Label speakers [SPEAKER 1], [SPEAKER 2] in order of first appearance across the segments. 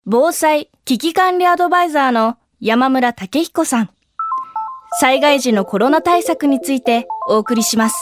[SPEAKER 1] 防災・危機管理アドバイザーの山村武彦さん。災害時のコロナ対策についてお送りします。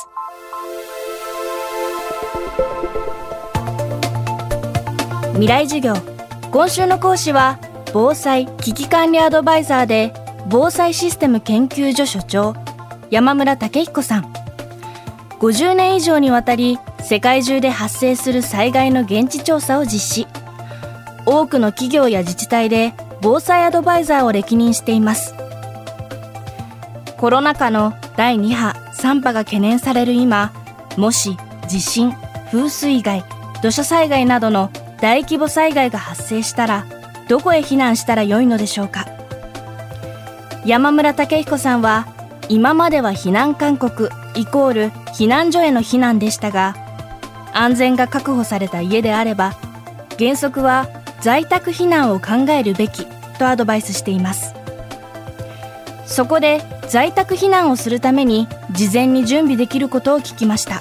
[SPEAKER 1] 未来授業。今週の講師は防災・危機管理アドバイザーで防災システム研究所所長山村武彦さん。50年以上にわたり世界中で発生する災害の現地調査を実施。多くの企業や自治体で防災アドバイザーを歴任しています。コロナ禍の第2波、3波が懸念される今、もし地震、風水害、土砂災害などの大規模災害が発生したら、どこへ避難したらよいのでしょうか。山村武彦さんは、今までは避難勧告イコール避難所への避難でしたが、安全が確保された家であれば、原則は在宅避難を考えるべきとアドバイスしています。そこで在宅避難をするために事前に準備できることを聞きました。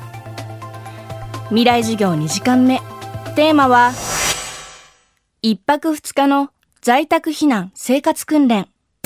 [SPEAKER 1] 未来授業2時間目。テーマは1泊2日の在宅避難生活訓練。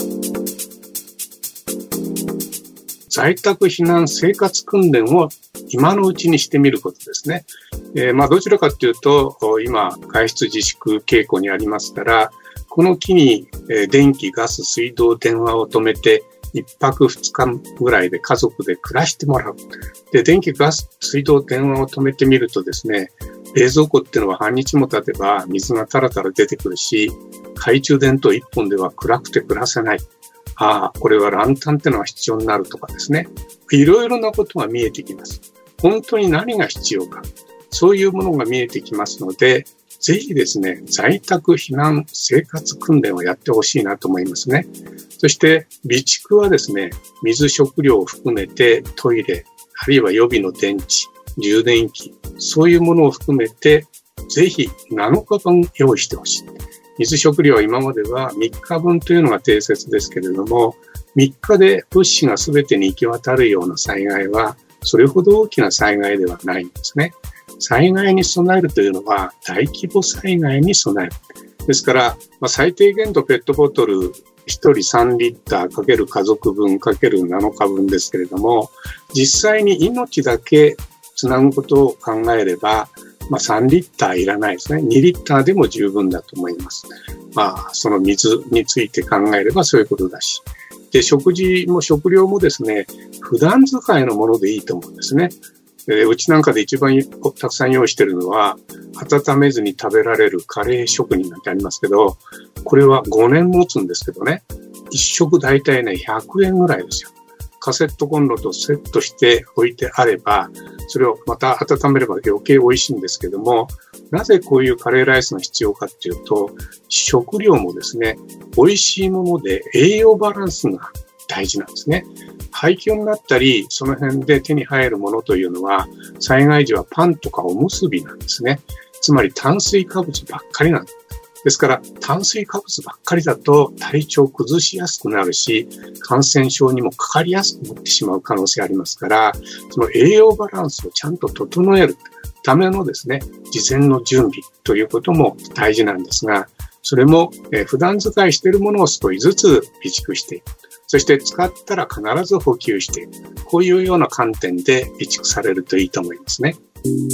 [SPEAKER 2] 在宅避難生活訓練を今のうちにしてみることですね。どちらかというと、今、外出自粛傾向にありますから、この機に、電気、ガス、水道、電話を止めて、1泊2日ぐらいで家族で暮らしてもらう。で、電気、ガス、水道、電話を止めてみるとですね、冷蔵庫っていうのは半日も経てば水がタラタラ出てくるし、懐中電灯1本では暗くて暮らせない。これはランタンってのは必要になるとかですね。いろいろなことが見えてきます。本当に何が必要か。そういうものが見えてきますので、ぜひですね、在宅避難生活訓練をやってほしいなと思いますね。そして、備蓄はですね、水、食料を含めてトイレ、あるいは予備の電池、充電器、そういうものを含めて、ぜひ7日分用意してほしい。水食料は今までは3日分というのが定説ですけれども、3日で物資が全てに行き渡るような災害は、それほど大きな災害ではないんですね。災害に備えるというのは大規模災害に備える。ですから、最低限度ペットボトル1人3リッターかける家族分かける7日分ですけれども、実際に命だけつなぐことを考えれば、3リッターいらないですね。2リッターでも十分だと思います。その水について考えればそういうことだし。で、食事も食料もですね、普段使いのものでいいと思うんですね。うちなんかで一番たくさん用意しているのは、温めずに食べられるカレー職人なんてありますけど、これは5年持つんですけどね、1食だいたいね、100円ぐらいですよ。カセットコンロとセットして置いてあれば、それをまた温めれば余計美味しいんですけども、なぜこういうカレーライスが必要かっていうと、食料もですね、美味しいもので栄養バランスが大事なんですね。廃墟になったり、その辺で手に入るものというのは、災害時はパンとかおむすびなんですね。つまり炭水化物ばっかりなんです。ですから、炭水化物ばっかりだと体調を崩しやすくなるし、感染症にもかかりやすくなってしまう可能性ありますから、その栄養バランスをちゃんと整えるためのですね、事前の準備ということも大事なんですが、それも普段使いしているものを少しずつ備蓄していく。そして使ったら必ず補給していく。こういうような観点で備蓄されるといいと思いますね。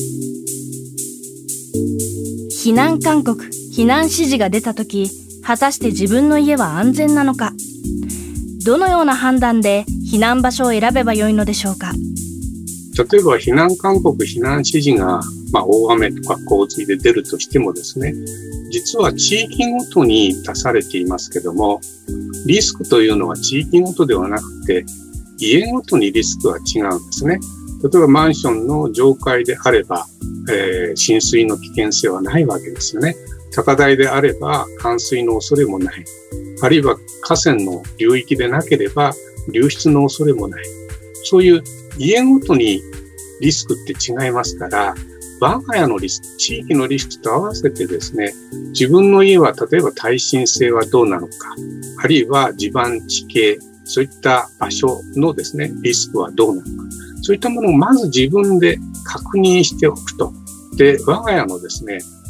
[SPEAKER 1] 避難勧告、避難指示が出たとき、果たして自分の家は安全なのか。どのような判断で避難場所を選べばよいのでしょうか。
[SPEAKER 2] 例えば避難勧告、避難指示が、大雨とか洪水で出るとしてもですね、実は地域ごとに出されていますけども、リスクというのは地域ごとではなくて、家ごとにリスクは違うんですね。例えばマンションの上階であれば、浸水の危険性はないわけですよね。高台であれば冠水の恐れもない。あるいは河川の流域でなければ流出の恐れもない。そういう家ごとにリスクって違いますから、我が家のリスク、地域のリスクと合わせてですね、自分の家は例えば耐震性はどうなのか、あるいは地盤、地形、そういった場所のですね、リスクはどうなのか。そういったものをまず自分で確認しておくと。で、我が家のですね、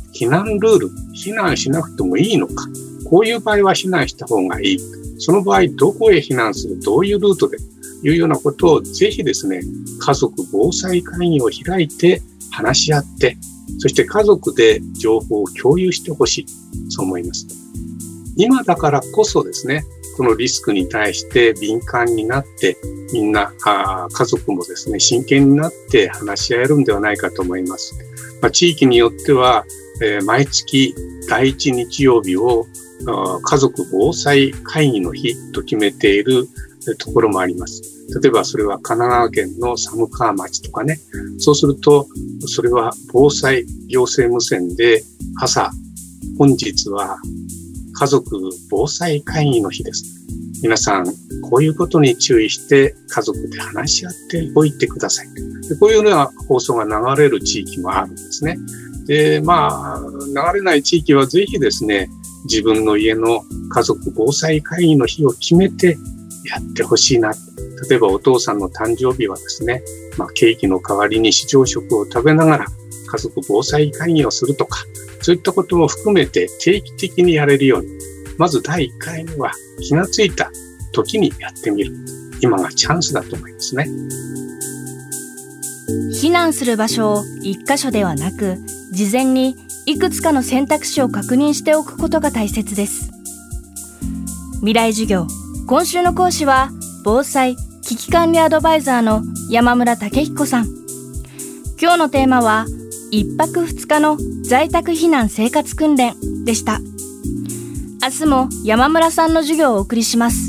[SPEAKER 2] 避難ルール、避難しなくてもいいのか、こういう場合は避難した方がいい、その場合どこへ避難する、どういうルートでいうようなことをぜひですね、家族防災会議を開いて話し合って、そして家族で情報を共有してほしい、そう思います。今だからこそですね、このリスクに対して敏感になって、みんな家族もですね、真剣になって話し合えるんではないかと思います。地域によっては、毎月第1日曜日を家族防災会議の日と決めているところもあります。例えばそれは神奈川県の寒川町とかね。そうすると、それは防災行政無線で朝、本日は家族防災会議の日です。皆さん、こういうことに注意して家族で話し合っておいてください。でこういうような放送が流れる地域もあるんですね。で、流れない地域はぜひですね、自分の家の家族防災会議の日を決めてやってほしいな。例えばお父さんの誕生日はですね、ケーキの代わりに非常食を食べながら家族防災会議をするとか、そういったことも含めて定期的にやれるように、まず第1回目は気がついた時にやってみる。今がチャンスだと思いますね。
[SPEAKER 1] 避難する場所を1カ所ではなく、事前にいくつかの選択肢を確認しておくことが大切です。未来授業、今週の講師は防災危機管理アドバイザーの山村武彦さん。今日のテーマは1泊2日の在宅避難生活訓練でした。明日も山村さんの授業をお送りします。